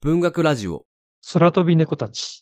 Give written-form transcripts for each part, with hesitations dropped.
文学ラジオ空飛び猫たち。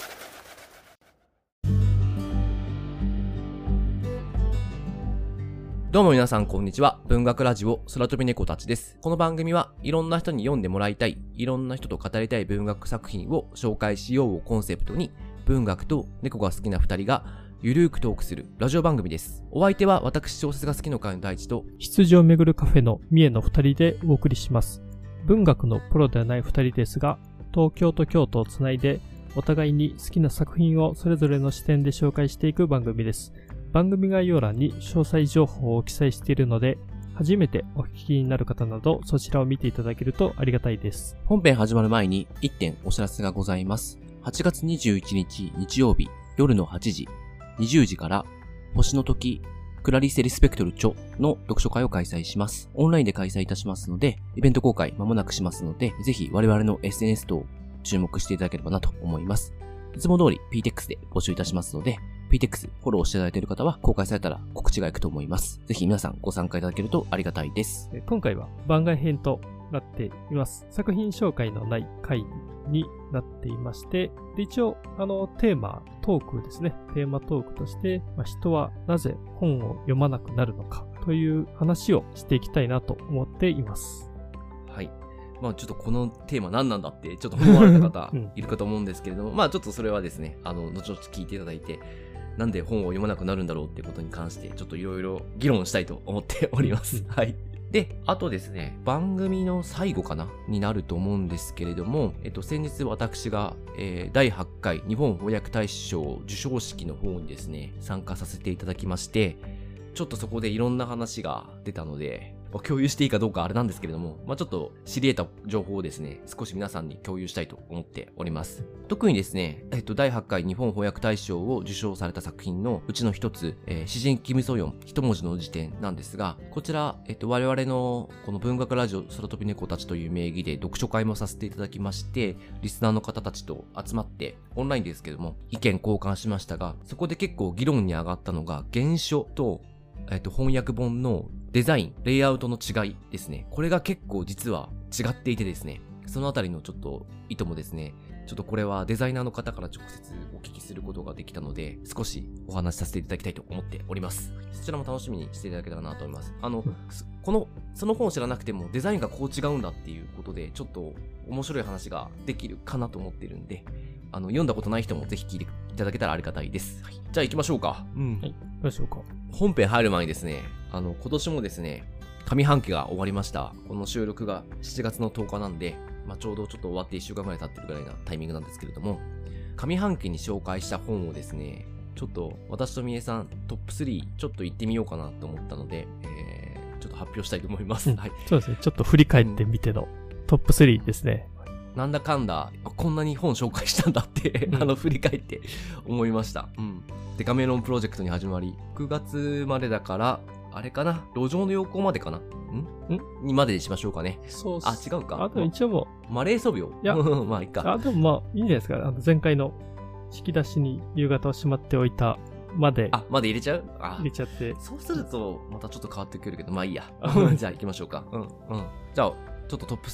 どうも皆さんこんにちは。文学ラジオ空飛び猫たちです。この番組はいろんな人に読んでもらいたい、いろんな人と語りたい文学作品を紹介しようをコンセプトに、文学と猫が好きな2人がゆるーくトークするラジオ番組です。お相手は私小説が好きの会の大地と羊をめぐるカフェの三重の2人でお送りします。文学のプロではない2人ですが、東京と京都をつないでお互いに好きな作品をそれぞれの視点で紹介していく番組です。番組概要欄に詳細情報を記載しているので、初めてお聞きになる方などそちらを見ていただけるとありがたいです。 本編始まる前に1点お知らせがございます。8月21日日曜日夜の8時、20時から星の時クラリセリスペクトル著の読書会を開催します。オンラインで開催いたしますので、イベント公開間もなくしますので、ぜひ我々の SNS 等注目していただければなと思います。いつも通り PTX で募集いたしますので、PTX フォローしていただいている方は公開されたら告知がいくと思います。ぜひ皆さんご参加いただけるとありがたいです。 今回は番外編となっています。作品紹介のない回になっていまして、で一応テーマトークですね。テーマトークとして、人はなぜ本を読まなくなるのかという話をしていきたいなと思っています。 はい。ちょっとこのテーマ何なんだってちょっと思われた方いるかと思うんですけれども、ちょっとそれはですね、後々聞いていただいて、なんで本を読まなくなるんだろうってことに関してちょっといろいろ議論したいと思っております。はい。で、あとですね、番組の最後かなになると思うんですけれども、先日私が、第8回日本翻訳大賞授賞式の方にですね、参加させていただきまして、ちょっとそこでいろんな話が出たので、共有していいかどうかあれなんですけれども、ちょっと知り得た情報をですね、少し皆さんに共有したいと思っております。特にですね、第8回日本翻訳大賞を受賞された作品のうちの一つ、詩人キムソヨン一文字の辞典なんですが、こちら、我々のこの文学ラジオ空飛び猫たちという名義で読書会もさせていただきまして、リスナーの方たちと集まって、オンラインですけども、意見交換しましたが、そこで結構議論に上がったのが、原書と翻訳本のデザイン、レイアウトの違いですね。これが結構実は違っていてですね、そのあたりのちょっと意図もですね、ちょっとこれはデザイナーの方から直接お聞きすることができたので、少しお話しさせていただきたいと思っております。そちらも楽しみにしていただけたらなと思います。その本を知らなくてもデザインがこう違うんだっていうことで、ちょっと面白い話ができるかなと思ってるんで、読んだことない人もぜひ聞いていただけたらありがたいです。はい、じゃあ行きましょうか。 はい。どうしようか。 本編入る前にですね、今年もですね、上半期が終わりました。この収録が7月の10日なんで、ちょうどちょっと終わって1週間ぐらい経ってるぐらいなタイミングなんですけれども、上半期に紹介した本をですね、ちょっと私とみえさんトップ3ちょっと行ってみようかなと思ったので、ちょっと発表したいと思います。はい。 そうですね。ちょっと振り返ってみてのトップ3ですね。 なんだかんだこんなに本紹介したんだって振り返って思いました。デカメロンプロジェクトに始まり、9月までだからあれかな、路上の陽光までかなにまでにしましょうかね。 そうっす。 違うか。 あと一応もマレーソビオ。 いやいいか。 でもいいんじゃないですか。前回の引き出しに夕方をしまっておいたまで。 まで入れちゃう？ 入れちゃって。 そうするとまたちょっと変わってくるけど、いいや。じゃあ行きましょうか。じゃあちょっとトップ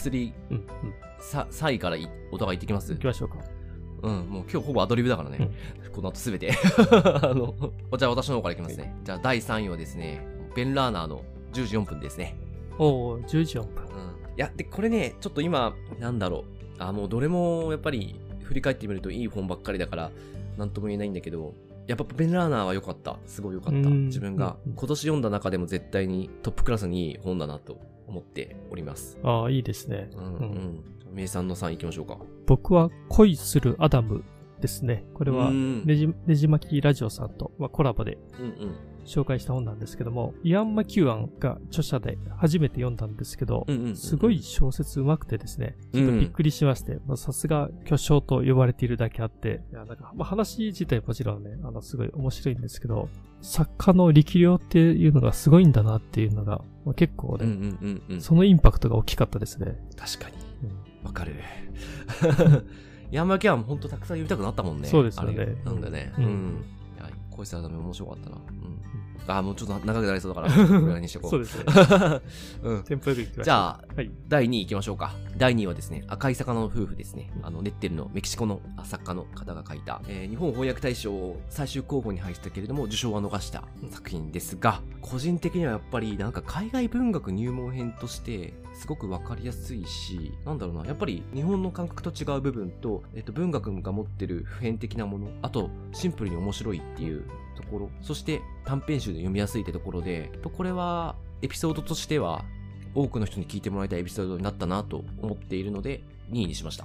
3、3位からお互い行ってきます？ 行きましょうか。 もう今日ほぼアドリブだからね。この後すべて。じゃあ私の方からいきますね。じゃあ第3位はですね、ベン・ラーナーの10時4分ですね。 10時4分。 いや、で、これね、ちょっと今、もうどれもやっぱり振り返ってみるといい本ばっかりだから、なんとも言えないんだけど、やっぱベン・ラーナーは良かった。すごい良かった。自分が今年読んだ中でも絶対にトップクラスにいい本だなと思っております。 いいですね。 名産の3行きましょうか。 僕は恋するアダムですね。これはねじまきラジオさんとコラボで紹介した本なんですけども、イアン・マキューアンが著者で初めて読んだんですけど、すごい小説上手くてですね、ちょっとびっくりしまして、さすが巨匠と呼ばれているだけあって、話自体もちろんね、すごい面白いんですけど、作家の力量っていうのがすごいんだなっていうのが、結構ね、そのインパクトが大きかったですね。 確かに。わかる。イアン・マキューアンほんとたくさん読みたくなったもんね。 そうですよね。 なんだね。 恋したらダメ面白かったな。もうちょっと長くなりそうだから、ぐらいにしてこう。 そうですね。テンポよくいきましょう。 じゃあ、第2位いきましょうか。第2位はですね、赤い魚の夫婦ですね。ネッテルのメキシコの作家の方が書いた、日本翻訳大賞最終候補に入ったけれども、受賞は逃した作品ですが、個人的にはやっぱりなんか海外文学入門編として、すごくわかりやすいし、なんだろうな、やっぱり日本の感覚と違う部分と、文学が持ってる普遍的なもの、あとシンプルに面白いっていうところ、そして短編集で読みやすいってところで、これはエピソードとしては多くの人に聞いてもらいたいエピソードになったなと思っているので2位にしました。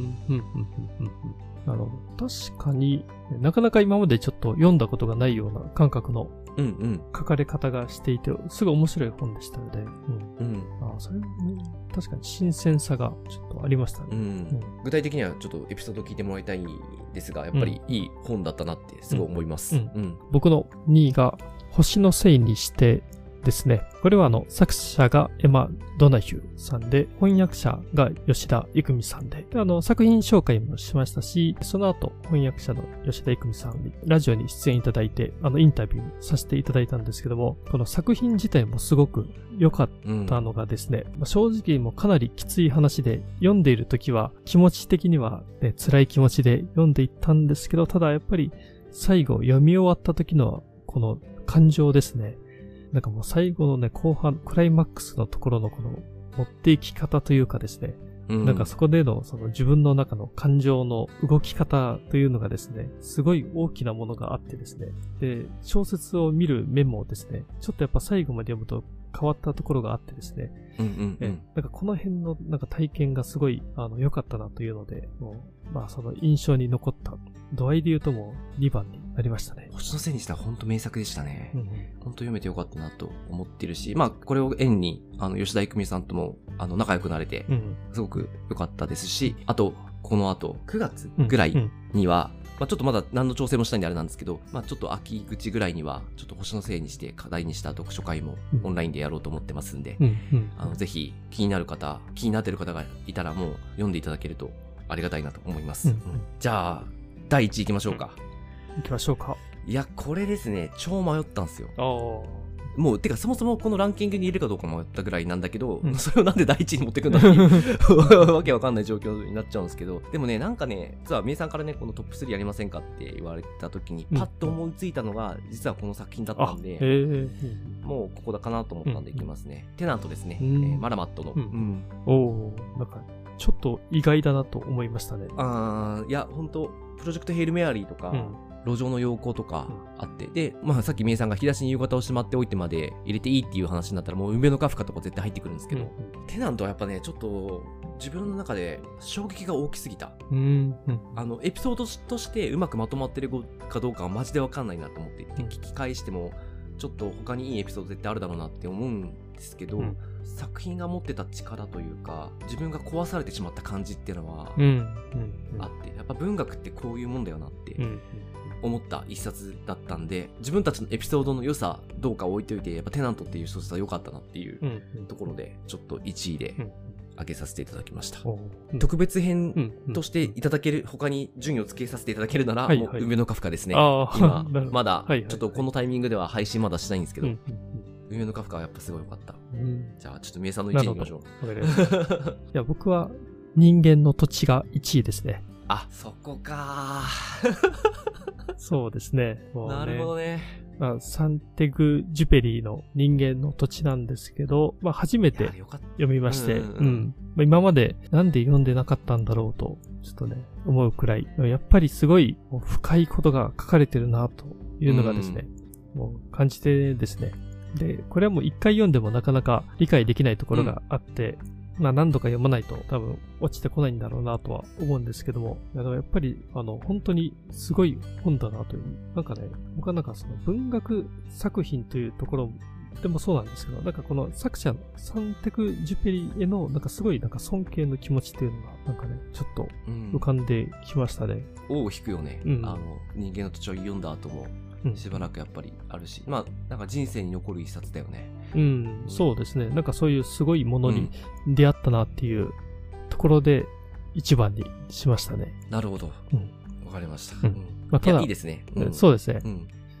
なるほど。確かになかなか今までちょっと読んだことがないような感覚の書かれ方がしていて、すごい面白い本でしたので、それもね、確かに新鮮さがちょっとありましたね。 具体的にはちょっとエピソード聞いてもらいたいんですが、やっぱりいい本だったなってすごい思います。 僕の2位が星のせいにしてですね。これは作者がエマ・ドナヒューさんで、翻訳者が吉田郁美さんで、作品紹介もしましたし、その後翻訳者の吉田郁美さんにラジオに出演いただいて、インタビューさせていただいたんですけども、この作品自体もすごく良かったのがですね、正直もうかなりきつい話で、読んでいる時は気持ち的には、ね、辛い気持ちで読んでいったんですけど、ただやっぱり最後読み終わった時のこの感情ですね。なんかもう最後のね、後半、クライマックスのところのこの持っていき方というかですね、なんかそこでのその自分の中の感情の動き方というのがですね、すごい大きなものがあってですね、で、小説を見る面もですね、ちょっとやっぱ最後まで読むと変わったところがあってですね、なんかこの辺のなんか体験がすごい良かったなというので、もうまあその印象に残った度合いで言うともう2番になりましたね。 星のせいにしたら本当名作でしたね。本当読めてよかったなと思ってるし、まあこれを縁に吉田郁美さんとも仲良くなれてすごく良かったですし、あとこの後9月ぐらいには、まあ、ちょっとまだ何の調整もしたいんであれなんですけど、まあ、ちょっと秋口ぐらいにはちょっと星のせいにして課題にした読書会もオンラインでやろうと思ってますんで、ぜひ気になる方、気になってる方がいたらもう読んでいただけるとありがたいなと思います。じゃあ第1位いきましょうか。 行きましょうか。いや、これですね、超迷ったんですよ。もう、てかそもそもこのランキングに入れるかどうか迷ったぐらいなんだけど、それをなんで第一位に持ってくんだっていうわけわかんない状況になっちゃうんですけど、でもね、なんかね、実はみえさんからね、このトップ3やりませんかって言われた時に、パッと思いついたのが、実はこの作品だったんで、もうここだかなと思ったんでいきますね。テナントですね、マラマットの。 なんか、ちょっと意外だなと思いましたね。 いや、ほんと、プロジェクトヘイルメアリーとか、路上の陽光とかあって、で、まあさっきみえさんが引き出しに夕方をしまっておいてまで入れていいっていう話になったらもう梅のカフカとか絶対入ってくるんですけど、テナントはやっぱね、ちょっと自分の中で衝撃が大きすぎた。エピソードとしてうまくまとまってるかどうかはマジでわかんないなと思っていて、聞き返してもちょっと他にいいエピソード絶対あるだろうなって思うんですけど、作品が持ってた力というか自分が壊されてしまった感じっていうのはあって、やっぱ文学ってこういうもんだよなって思った一冊だったんで、自分たちのエピソードの良さどうか置いておいて、やっぱテナントっていう小説は良かったなっていうところでちょっと1位で上げさせていただきました。特別編としていただける、他に順位をつけさせていただけるなら、もう梅のカフカですね。今まだちょっとこのタイミングでは配信まだしないんですけど、梅のカフカはやっぱすごい良かった。じゃあちょっとみえさんの1位に行きましょう。 いや、僕は人間の土地が1位ですね。 あ、そこかそうですね。 なるほどね。 サンテグ・ジュペリーの人間の土地なんですけど、初めて読みまして、今までなんで読んでなかったんだろうと、ちょっとね、思うくらい、やっぱりすごい深いことが書かれてるなというのがですね、もう感じてですね。で、これはもう一回読んでもなかなか理解できないところがあって、何度か読まないと多分落ちてこないんだろうなとは思うんですけども、やっぱり本当にすごい本だなという、なんかね、僕はなんかその文学作品というところでもそうなんですけど、なんかこの作者のサンテグ・ジュペリへのなんかすごいなんか尊敬の気持ちっていうのがなんかね、ちょっと浮かんできましたね。 尾を引くよね。人間の土地を読んだ後もしばらくやっぱりあるし、なんか人生に残る一冊だよね。 そうですね。なんかそういうすごいものに出会ったなっていうところで一番にしましたね。 なるほど。わかりました。 ただいいですね。 そうですね。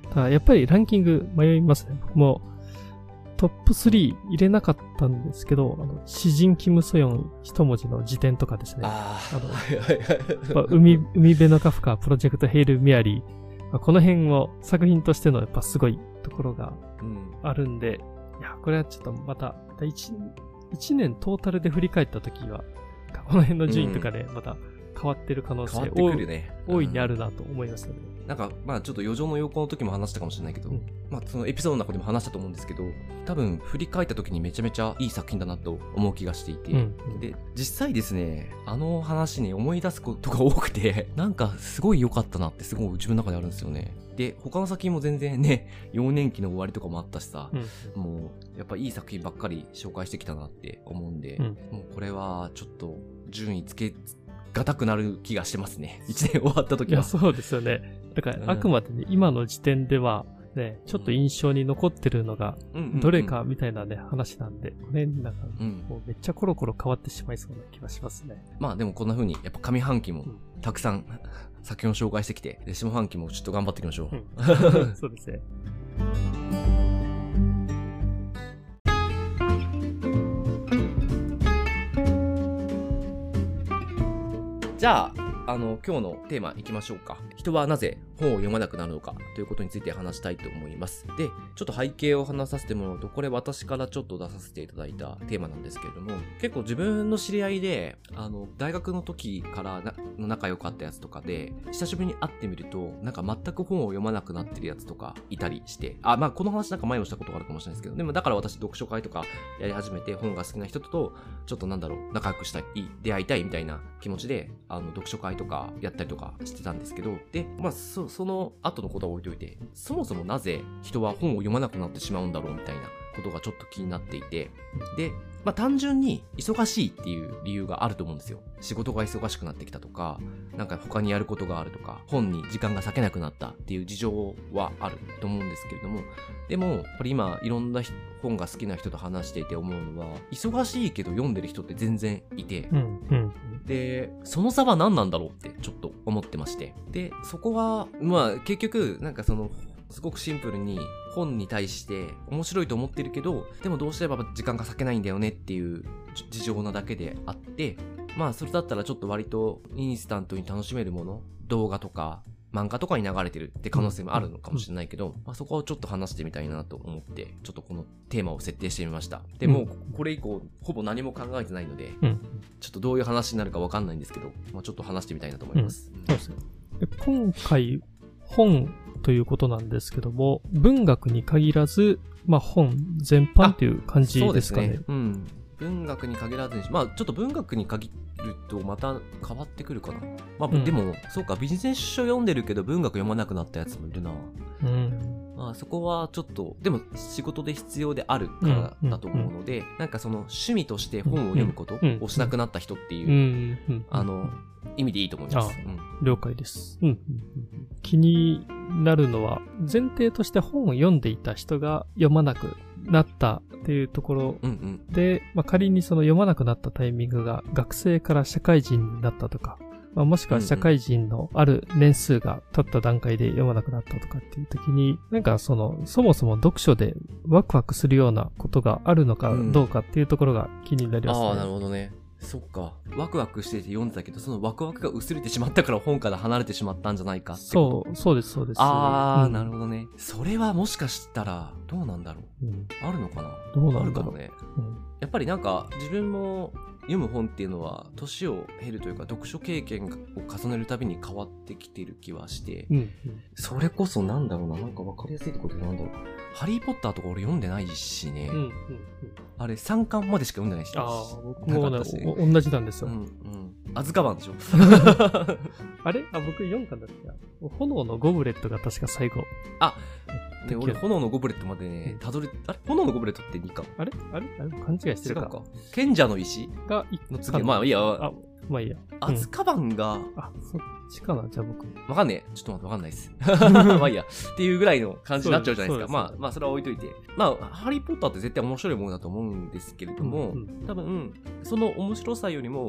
ただやっぱりランキング迷いますね。もうトップ3入れなかったんですけど、詩人キム・ソヨン一文字の辞典とかですね。海辺のカフカ、プロジェクトヘイル・ミアリー、この辺を作品としてのやっぱすごいところがあるんで、いや、これはちょっとまた1年トータルで振り返ったときは、この辺の順位とかでまた変わってる可能性大いにあるなと思いますよね。 なんか、まあちょっと余剰の横の時も話したかもしれないけど、まあそのエピソードの中でも話したと思うんですけど、多分振り返った時にめちゃめちゃいい作品だなと思う気がしていて、で、実際ですね、話に思い出すことが多くて、なんかすごい良かったなってすごい自分の中であるんですよね。で、他の作品も全然ね、幼年期の終わりとかもあったしさ、もう、やっぱいい作品ばっかり紹介してきたなって思うんで、もうこれはちょっと順位つけがたくなる気がしてますね。1年終わった時は。 いや、そうですよね。だから、あくまでね、今の時点では、ね、ちょっと印象に残ってるのが、どれかみたいなね、話なんで、これ、なんか、こうめっちゃコロコロ変わってしまいそうな気がしますね。 まあでもこんな風に、やっぱ上半期もたくさん作品を紹介してきて、で下半期もちょっと頑張っていきましょう。 そうですね。 じゃあ、今日のテーマいきましょうか。人はなぜ本を読まなくなるのかということについて話したいと思います。で、ちょっと背景を話させてもらうと、これ私からちょっと出させていただいたテーマなんですけれども、結構自分の知り合いで、大学の時からの仲良かったやつとかで、久しぶりに会ってみると、なんか全く本を読まなくなってるやつとかいたりして、まあこの話なんか前もしたことがあるかもしれないですけど、でもだから私読書会とかやり始めて、本が好きな人と、ちょっと仲良くしたい、出会いたいみたいな気持ちで、読書会とかやったりとかしてたんですけど、で、まあその後のことは置いといて、そもそもなぜ人は本を読まなくなってしまうんだろうみたいなことがちょっと気になっていて、で、まあ単純に忙しいっていう理由があると思うんですよ。仕事が忙しくなってきたとか、なんか他にやることがあるとか、本に時間が割けなくなったっていう事情はあると思うんですけれども、でも、やっぱり今いろんな本が好きな人と話していて思うのは、忙しいけど読んでる人って全然いて、で、その差は何なんだろうってちょっと思ってまして。で、そこは、まあ結局、なんかすごくシンプルに本に対して面白いと思ってるけど、でもどうしても時間が割けないんだよねっていう事情なだけであって、まあそれだったらちょっと割とインスタントに楽しめるもの、動画とか漫画とかに流れてるって可能性もあるのかもしれないけど、まあそこをちょっと話してみたいなと思って、ちょっとこのテーマを設定してみました。で、もうこれ以降ほぼ何も考えてないので、ちょっとどういう話になるかわかんないんですけど、まあちょっと話してみたいなと思います。 そうですね。今回本ということなんですけども、文学に限らず、まあ本全般という感じですかね。 そうですね。文学に限らずに、まあちょっと文学に限るとまた変わってくるかな。まあ、でもそうか、ビジネス書読んでるけど文学読まなくなったやつもいるな。まあそこはちょっとでも仕事で必要であるからだと思うので、なんかその趣味として本を読むことをしなくなった人っていう意味でいいと思います。 了解です。気になるのは前提として本を読んでいた人が読まなくなったっていうところで、まあ、仮にその読まなくなったタイミングが学生から社会人になったとか、まあ、もしくは社会人のある年数が経った段階で読まなくなったとかっていう時に、なんかそもそも読書でワクワクするようなことがあるのかどうかっていうところが気になりますね。 なるほどね。そっか。ワクワクしてて読んでたけど、そのワクワクが薄れてしまったから本から離れてしまったんじゃないかってこと。 そうです。 なるほどね。それはもしかしたら、どうなんだろう。あるのかな。 どうなんだろう。 あるかもね。やっぱりなんか、自分も読む本っていうのは、年を経るというか、読書経験を重ねるたびに変わってきてる気はして、それこそなんだろうな、なんかわかりやすいってことなんだろう。ハリーポッターとか俺読んでないしね。あれ3巻までしか読んでないし。 僕も同じなんですよ。 アズカバンでしょ。 あれ僕4巻だった。炎のゴブレットが確か最後。 で俺炎のゴブレットまでね、炎のゴブレットって2巻。 あれ勘違いしてるか。 賢者の石がの次。まあいいや。 まあいいや。 アズカバンが、 そっちかなじゃあ僕。 わかんねえ。ちょっと待って、わかんないです。まあいいや。っていうぐらいの感じになっちゃうじゃないですか。まあそれは置いといて。まあ、ハリーポッターって絶対面白いものだと思うんですけれども、多分、その面白さよりも、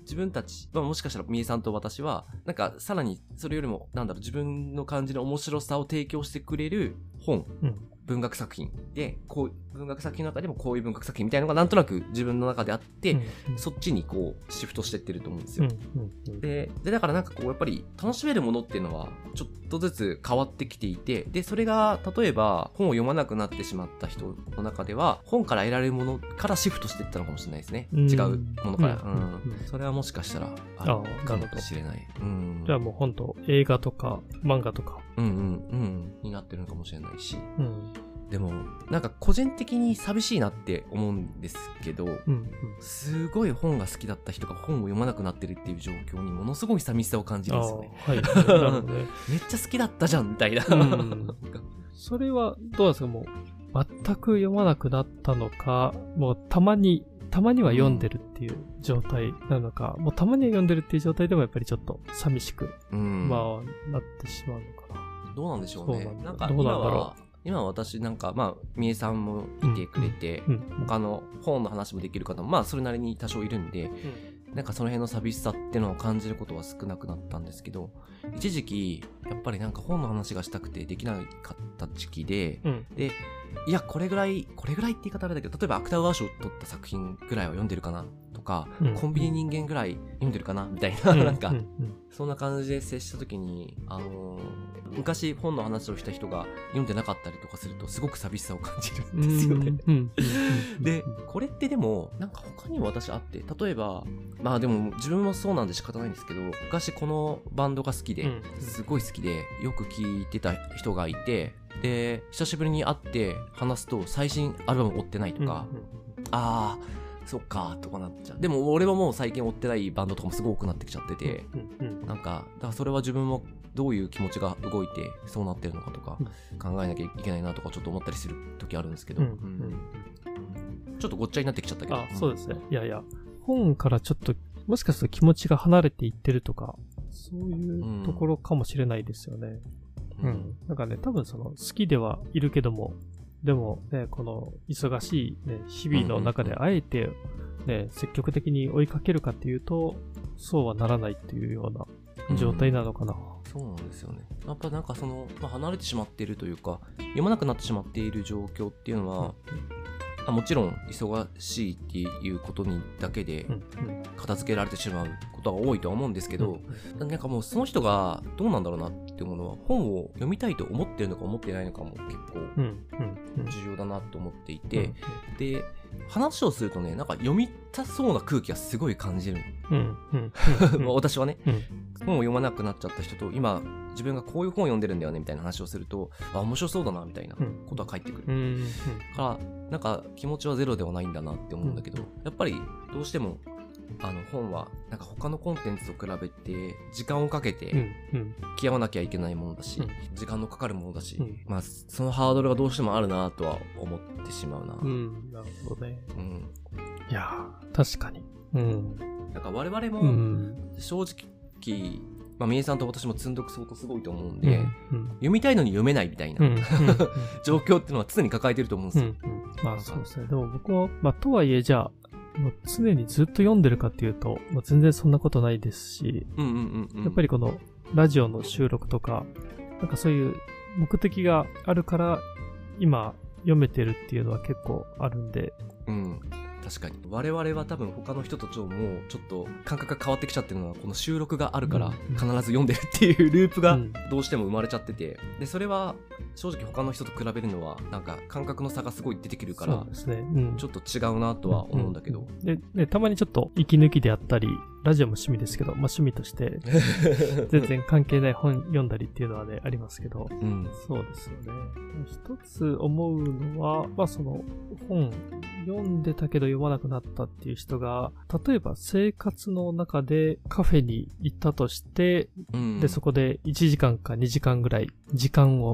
自分たち、まあ、もしかしたらみえさんと私は、なんかさらにそれよりも、自分の感じの面白さを提供してくれる本、文学作品で、こう文学作品の中でもこういう文学作品みたいなのがなんとなく自分の中であって、そっちにこうシフトしてってると思うんですよ。でだからなんかこうやっぱり楽しめるものっていうのはちょっとずつ変わってきていて、でそれが例えば本を読まなくなってしまった人の中では本から得られるものからシフトしていったのかもしれないですね。違うものから、それはもしかしたらあるかもしれない。 じゃあもう本当映画とか漫画とかになってるのかもしれないし、でもなんか個人的に寂しいなって思うんですけど、すごい本が好きだった人が本を読まなくなってるっていう状況にものすごい寂しさを感じるんですよね。なるほどね。めっちゃ好きだったじゃんみたいな。 それはどうですか？もう全く読まなくなったのか、もうたまには読んでるっていう状態なのか、もうたまには読んでるっていう状態でもやっぱりちょっと寂しく、なってしまうのかな。 どうなんでしょうね。なんか今私なんかみえさんもいてくれて、他の本の話もできる方もそれなりに多少いるんで、なんかその辺の寂しさっていうのを感じることは少なくなったんですけど、一時期やっぱりなんか本の話がしたくてできなかった時期で、でいやこれぐらいって言い方あれだけど、例えば芥川賞を取った作品ぐらいは読んでるかなとか、コンビニ人間ぐらい読んでるかなみたいな、なんかそんな感じで接した時に、昔本の話をした人が読んでなかったりとかするとすごく寂しさを感じるんですよね。でこれってでもなんか他にも私あって、例えばでも自分もそうなんで仕方ないんですけど、昔このバンドが好きで、すごい好きでよく聴いてた人がいて、で久しぶりに会って話すと最新アルバム追ってないとか、そっかとかなっちゃう。でも俺はもう最近追ってないバンドとかもすごい多くなってきちゃってて、なんかだからそれは自分もどういう気持ちが動いてそうなってるのかとか考えなきゃいけないなとかちょっと思ったりする時あるんですけど、ちょっとごっちゃになってきちゃったけど。 そうですね。いや本からちょっともしかすると気持ちが離れていってるとか、そういうところかもしれないですよね。なんかね、多分その好きではいるけども、でもね、この忙しい、ね、日々の中であえて、ね、積極的に追いかけるかっていうと、そうはならないっていうような状態なのかな。 そうなんですよね。やっぱなんかその、離れてしまっているというか、読まなくなってしまっている状況っていうのは、もちろん忙しいっていうことにだけで片付けられてしまうことが多いとは思うんですけど、なんかもうその人がどうなんだろうなって思うのは、本を読みたいと思ってるのか思ってないのかも結構重要だなと思っていて、で話をするとね、なんか読みたそうな空気がすごい感じる。私はね、本を読まなくなっちゃった人と今自分がこういう本を読んでるんだよねみたいな話をすると、面白そうだなみたいなことが返ってくる、からなんか気持ちはゼロではないんだなって思うんだけど、やっぱりどうしても本はなんか他のコンテンツと比べて時間をかけて向き合わなきゃいけないものだし、時間のかかるものだし、そのハードルがどうしてもあるなとは思ってしまうな。 なるほどね。いや確かに。 なんか我々も正直みえさんと私も積んどく相当すごいと思うんで、読みたいのに読めないみたいな状況っていうのは常に抱えてると思うんですよ。 そうですね。でも僕はとはいえじゃあもう常にずっと読んでるかっていうと、全然そんなことないですし、やっぱりこのラジオの収録とか、なんかそういう目的があるから今読めてるっていうのは結構あるんで、 確かに我々は多分他の人ともうちょっと感覚が変わってきちゃってるのは、この収録があるから必ず読んでるっていうループがどうしても生まれちゃってて、でそれは正直他の人と比べるのはなんか感覚の差がすごい出てくるから、ちょっと違うなとは思うんだけど、 でたまにちょっと息抜きであったり、ラジオも趣味ですけど、趣味として全然関係ない本読んだりっていうのはねありますけど、そうですよね。一つ思うのは、その本読んでたけど読まなくなったっていう人が、例えば生活の中でカフェに行ったとして、でそこで1時間か2時間ぐらい時間を作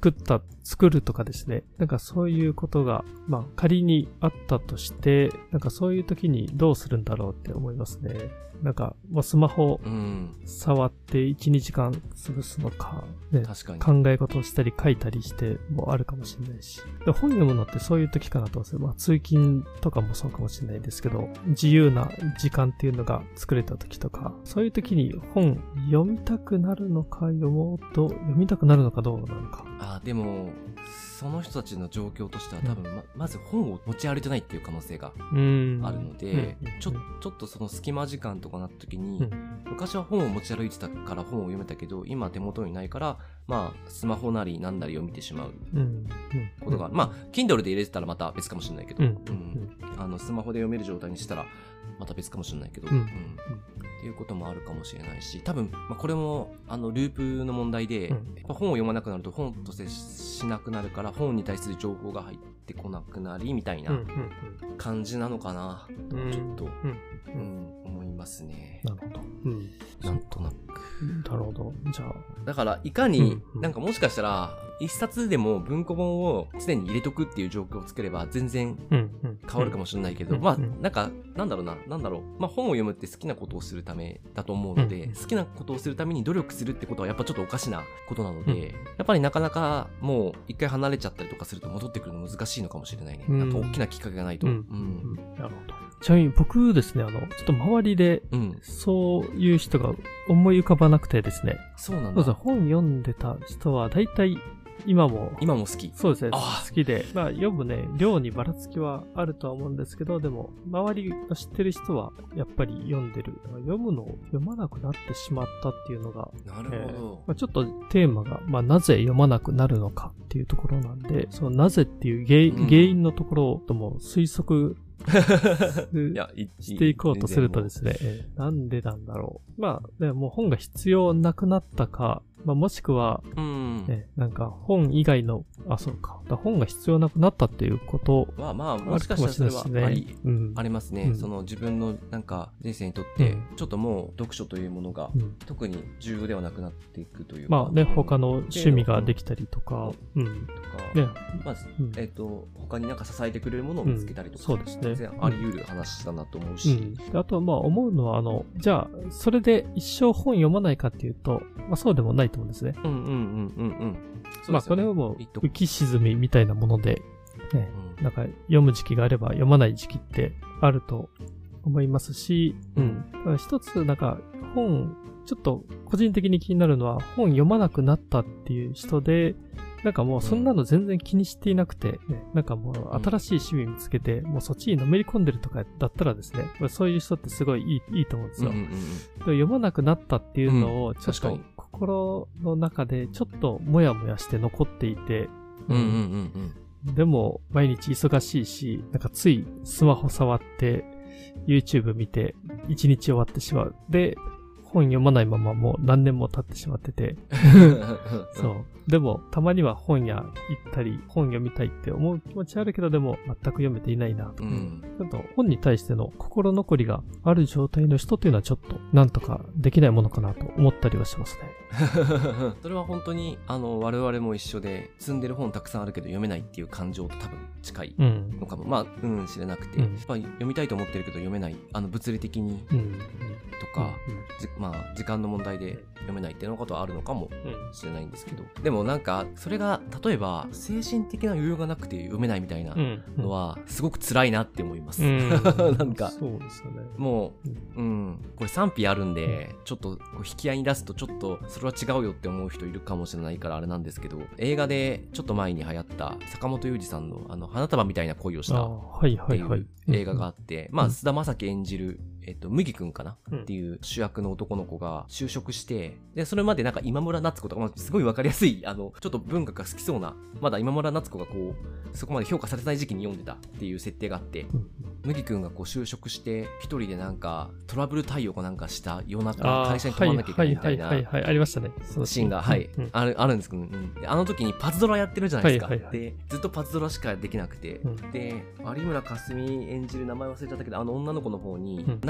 作るとかですね。なんかそういうことが、まあ仮にあったとして、なんかそういう時にどうするんだろうって思いますね。なんか、もうスマホ触って1、2時間潰すのか、ね、 確かに考え事をしたり書いたりしてもあるかもしれないし。で本読むのってそういう時かなと思うんですよ。まあ通勤とかもそうかもしれないですけど、自由な時間っていうのが作れた時とか、そういう時に本読みたくなるのか読みたくなるのかどうなのか。 でも、その人たちの状況としては多分 まず本を持ち歩いてないっていう可能性があるので、ちょっとその隙間時間とかなった時に、昔は本を持ち歩いてたから本を読めたけど、今手元にないから、まあスマホなりなんなりを見てしまうことが、まあ Kindle で入れてたらまた別かもしれないけど、スマホで読める状態にしたらまた別かもしれないけど、っていうこともあるかもしれないし、多分、まあ、これもループの問題で、本を読まなくなると本と接しなくなるから本に対する情報が入ってこなくなりみたいな感じなのかなとちょっと、思いますね。 なるほど。 なんとなく。 なるほど。じゃあ。 だからいかに、なんかもしかしたら一冊でも文庫本を常に入れとくっていう状況を作れば全然変わるかもしれないけど、まあなんかなんだろう、まあ本を読むって好きなことをするためだと思うので、好きなことをするために努力するってことはやっぱちょっとおかしなことなので、やっぱりなかなかもう一回離れちゃったりとかすると戻ってくるの難しいのかもしれないね。なんか大きなきっかけがないと。なるほど。ちなみに僕ですね、ちょっと周りで、そういう人が思い浮かばなくてですね。 そうなんだ。 本読んでた人は大体今も好き。 そうですね。好きで。まあ読むね、量にばらつきはあるとは思うんですけど、でも、周りが知ってる人はやっぱり読んでる。読むのを読まなくなってしまったっていうのが、 なるほど。 まあ、ちょっとテーマが、まあなぜ読まなくなるのかっていうところなんで、そのなぜっていう原因のところとも推測していこうとするとですね、なんでなんだろう。まあ、でも本が必要なくなったか、まあ、もしくは、なんか本以外の、そうか。本が必要なくなったっていうことは、まあ、もしかしたらそれはありますね。その自分のなんか人生にとって、ちょっともう読書というものが特に重要ではなくなっていくというか。 まあね、他の趣味ができたりとか、 まず、他になんか支えてくれるものを見つけたりとか、 そうですね。 全然あり得る話だなと思うし。 あとはまあ思うのは、じゃあ、それで一生本読まないかっていうと、まあそうでもないと思うんですね。まあこれはもう浮き沈みみたいなもので、なんか読む時期があれば読まない時期ってあると思いますし、一つなんか本、ちょっと個人的に気になるのは本読まなくなったっていう人で、なんかもうそんなの全然気にしていなくて、なんかもう新しい趣味見つけて、もうそっちにのめり込んでるとかだったらですね、そういう人ってすごいいいと思うんですよ。読まなくなったっていうのをちょっと心の中でちょっともやもやして残っていて、でも毎日忙しいし、なんかついスマホ触って YouTube 見て一日終わってしまう。で、本読まないままもう何年も経ってしまっててそう。でも、たまには本屋行ったり、本読みたいって思う気持ちあるけど、でも全く読めていないなと。ちょっと本に対しての心残りがある状態の人っていうのはちょっとなんとかできないものかなと思ったりはしますね。 それは本当に我々も一緒で積んでる本たくさんあるけど読めないっていう感情と多分近いのかも。まあ、知れなくて、やっぱり読みたいと思ってるけど読めない、物理的にとか、まあ時間の問題で読めないっていうのことはあるのかもしれないんですけど、でもなんかそれが例えば精神的な余裕がなくて読めないみたいなのはすごく辛いなって思います。なんかそうですよね。 もうこれ賛否あるんで、ちょっと引き合いに出すとちょっとそれは違うよって思う人いるかもしれないからあれなんですけど、映画でちょっと前に流行った坂本裕二さんの花束みたいな恋をしたっていう映画があって、まあ菅田将暉演じる麦くんかな、っていう主役の男の子が就職して、でそれまでなんか今村夏子とか、まあ、すごいわかりやすいちょっと文学が好きそうな、まだ今村夏子がこうそこまで評価されてない時期に読んでたっていう設定があって、麦くんがこう就職して一人でなんかトラブル対応かなんかした夜中会社に泊まんなきゃいけないみたいなありましたね。 そのシーンがあるんですけど、であの時にパズドラやってるじゃないですか。でずっとパズドラしかできなくて、で有村架純演じる名前忘れちゃったけど、女の子の方に何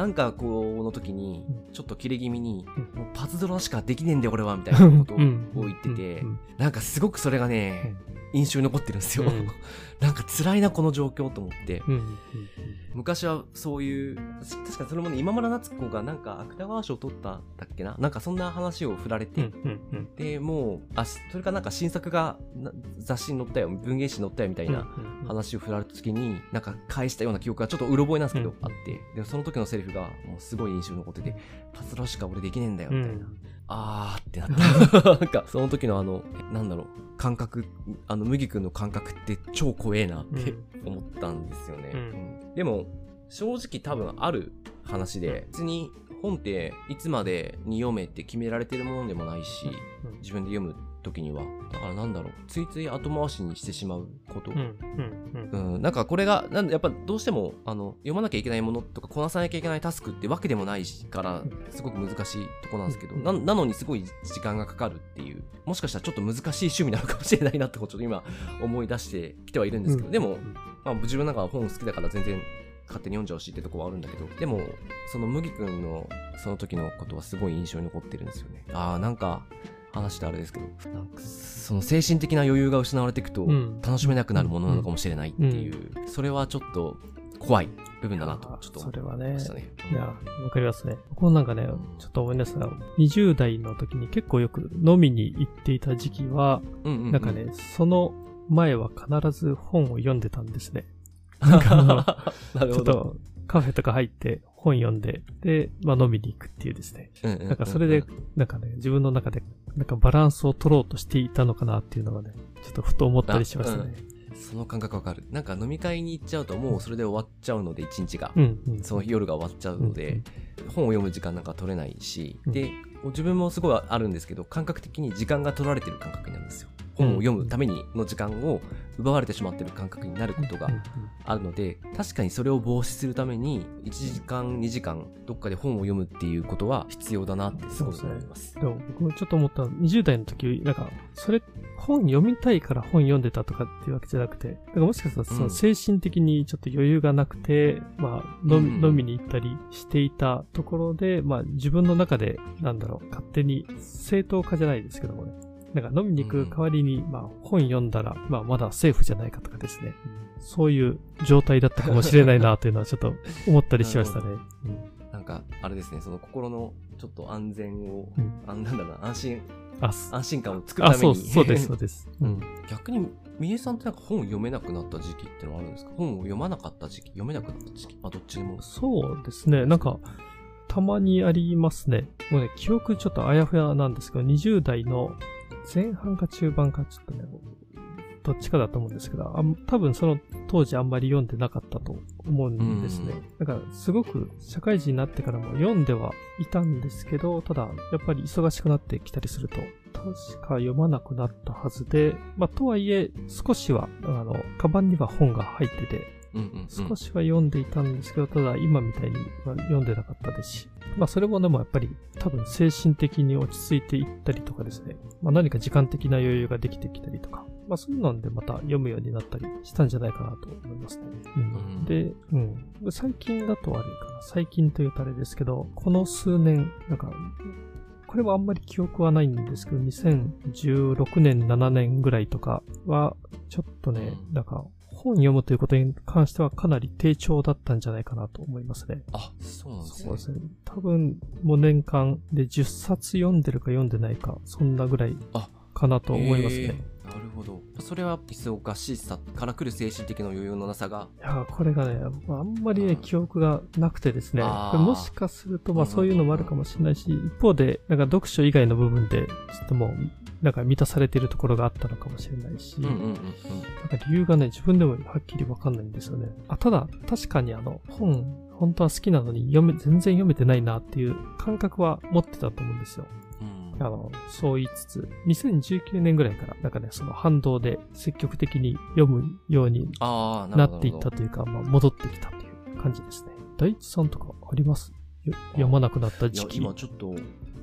なんかこの時にちょっとキレ気味に、もうパズドラしかできねえんだよ俺はみたいなことを言ってて、なんかすごくそれがね、印象に残ってるんですよ。なんか辛いなこの状況と思って、昔はそういう確かそれもね、今村夏子がなんか芥川賞を取っただっけな、なんかそんな話を振られて、でもうそれかなんか新作が雑誌に載ったよ、文芸誌に載ったよみたいな話を振られた時になんか返したような記憶がちょっとうろ覚えなんですけど、あって、でその時のセリフがもうすごい印象に残ってて、パズドラしか俺できねえんだよみたいな、あーってなったなんかその時のなんだろう、感覚、麦君の感覚って超怖えなって思ったんですよね。でも正直多分ある話で、別に本っていつまでに読めって決められてるものでもないし、自分で読む時にはだからなんだろう、ついつい後回しにしてしまうこと、なんかこれがやっぱどうしても読まなきゃいけないものとかこなさなきゃいけないタスクってわけでもないからすごく難しいとこなんですけど、なのにすごい時間がかかるっていう、もしかしたらちょっと難しい趣味なのかもしれないなってことをちょっと今思い出してきてはいるんですけど、でも、まあ、自分なんかは本好きだから全然勝手に読んじゃうしってとこはあるんだけど、でもその麦君のその時のことはすごい印象に残ってるんですよね。なんか話してあれですけど、なんかその精神的な余裕が失われていくと楽しめなくなるものなのかもしれないっていう、それはちょっと怖い部分だなとちょっと思いましたね。 いや、わかりますね。このなんかね、ちょっと思い出したら、20代の時に結構よく飲みに行っていた時期は、なんかね、その前は必ず本を読んでたんですね。なんかちょっとカフェとか入って本読んで、で、まあ飲みに行くっていうですね。なんかそれで、なんかね、自分の中で、なんかバランスを取ろうとしていたのかなっていうのがね、ちょっとふと思ったりしましたね。 その感覚わかる。なんか飲み会に行っちゃうともうそれで終わっちゃうので、一日が。その夜が終わっちゃうので、本を読む時間なんか取れないし、で、自分もすごいあるんですけど、感覚的に時間が取られてる感覚になるんですよ。本を読むためにの時間を奪われてしまっている感覚になることがあるので、確かにそれを防止するために1時間2時間どっかで本を読むっていうことは必要だなってすごく思います。 でも僕もちょっと思った20代の時、なんかそれ本読みたいから本読んでたとかっていうわけじゃなくて、なんかもしかしたらその精神的にちょっと余裕がなくて、まあ飲みに行ったりしていたところで、まあ自分の中でなんだろう、勝手に正当化じゃないですけどもね、なんか飲みに行く代わりに、まあ本読んだら、まあまだセーフじゃないかとかですね。そういう状態だったかもしれないなというのはちょっと思ったりしましたね。 なんか、あれですね、その心のちょっと安全を、なんだろうな、安心感を作るために。 そうです、そうです。 逆に、みえさんってなんか本を読めなくなった時期ってのはあるんですか？本を読まなかった時期、読めなくなった時期。どっちでも。 そうですね、なんか、たまにありますね。もうね、記憶ちょっとあやふやなんですけど、20代の前半か中盤かちょっとね、どっちかだと思うんですけど、多分その当時あんまり読んでなかったと思うんですね。だからすごく社会人になってからも読んではいたんですけど、ただやっぱり忙しくなってきたりすると、確か読まなくなったはずで、まあとはいえ少しは、カバンには本が入ってて、少しは読んでいたんですけど、ただ今みたいには読んでなかったですし、まあそれもでもやっぱり多分精神的に落ち着いていったりとかですね、まあ何か時間的な余裕ができてきたりとか、まあそういうのでまた読むようになったりしたんじゃないかなと思いますね。で、最近だとあれかな、最近というとあれですけど、この数年、なんか、これはあんまり記憶はないんですけど、2016年、7年ぐらいとかは、ちょっとね、なんか、本読むということに関してはかなり低調だったんじゃないかなと思いますね。 そうなんですね。 そうですね。多分、もう年間で10冊読んでるか読んでないか、そんなぐらいかなと思いますね。 なるほど。それは忙しさから来る精神的な余裕のなさが。 いや、これがね、あんまりね、記憶がなくてですね。もしかすると、まあそういうのもあるかもしれないし、一方で、なんか読書以外の部分で、ちょっともう、なんか満たされているところがあったのかもしれないし、なんか理由がね、自分でもはっきりわかんないんですよね。ただ、確かに本当は好きなのに全然読めてないなっていう感覚は持ってたと思うんですよ。そう言いつつ、2019年ぐらいから、なんかね、その反動で積極的に読むようになっていったというか、まあ、戻ってきたという感じですね。大地さんとかあります？読まなくなった時期。 いや、今ちょっと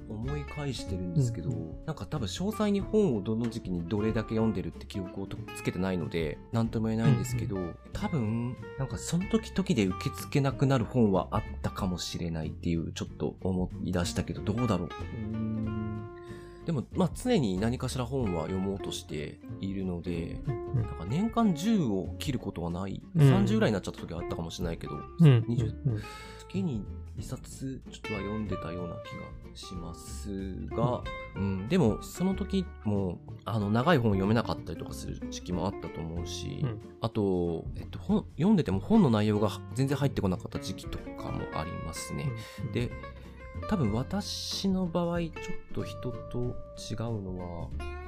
思い返してるんですけど、なんか多分詳細に本をどの時期にどれだけ読んでるって記憶をつけてないので、なんとも言えないんですけど、多分、なんかその時々で受け付けなくなる本はあったかもしれないっていう、ちょっと思い出したけど、どうだろう。でも、まあ常に何かしら本は読もうとしているので、なんか年間10を切ることはない。30ぐらいになっちゃった時はあったかもしれないけど、20、月に2冊ちょっとは読んでたような気がしますが、でもその時も長い本を読めなかったりとかする時期もあったと思うし、あと、読んでても本の内容が全然入ってこなかった時期とかもありますね。で、多分私の場合ちょっと人と違うのは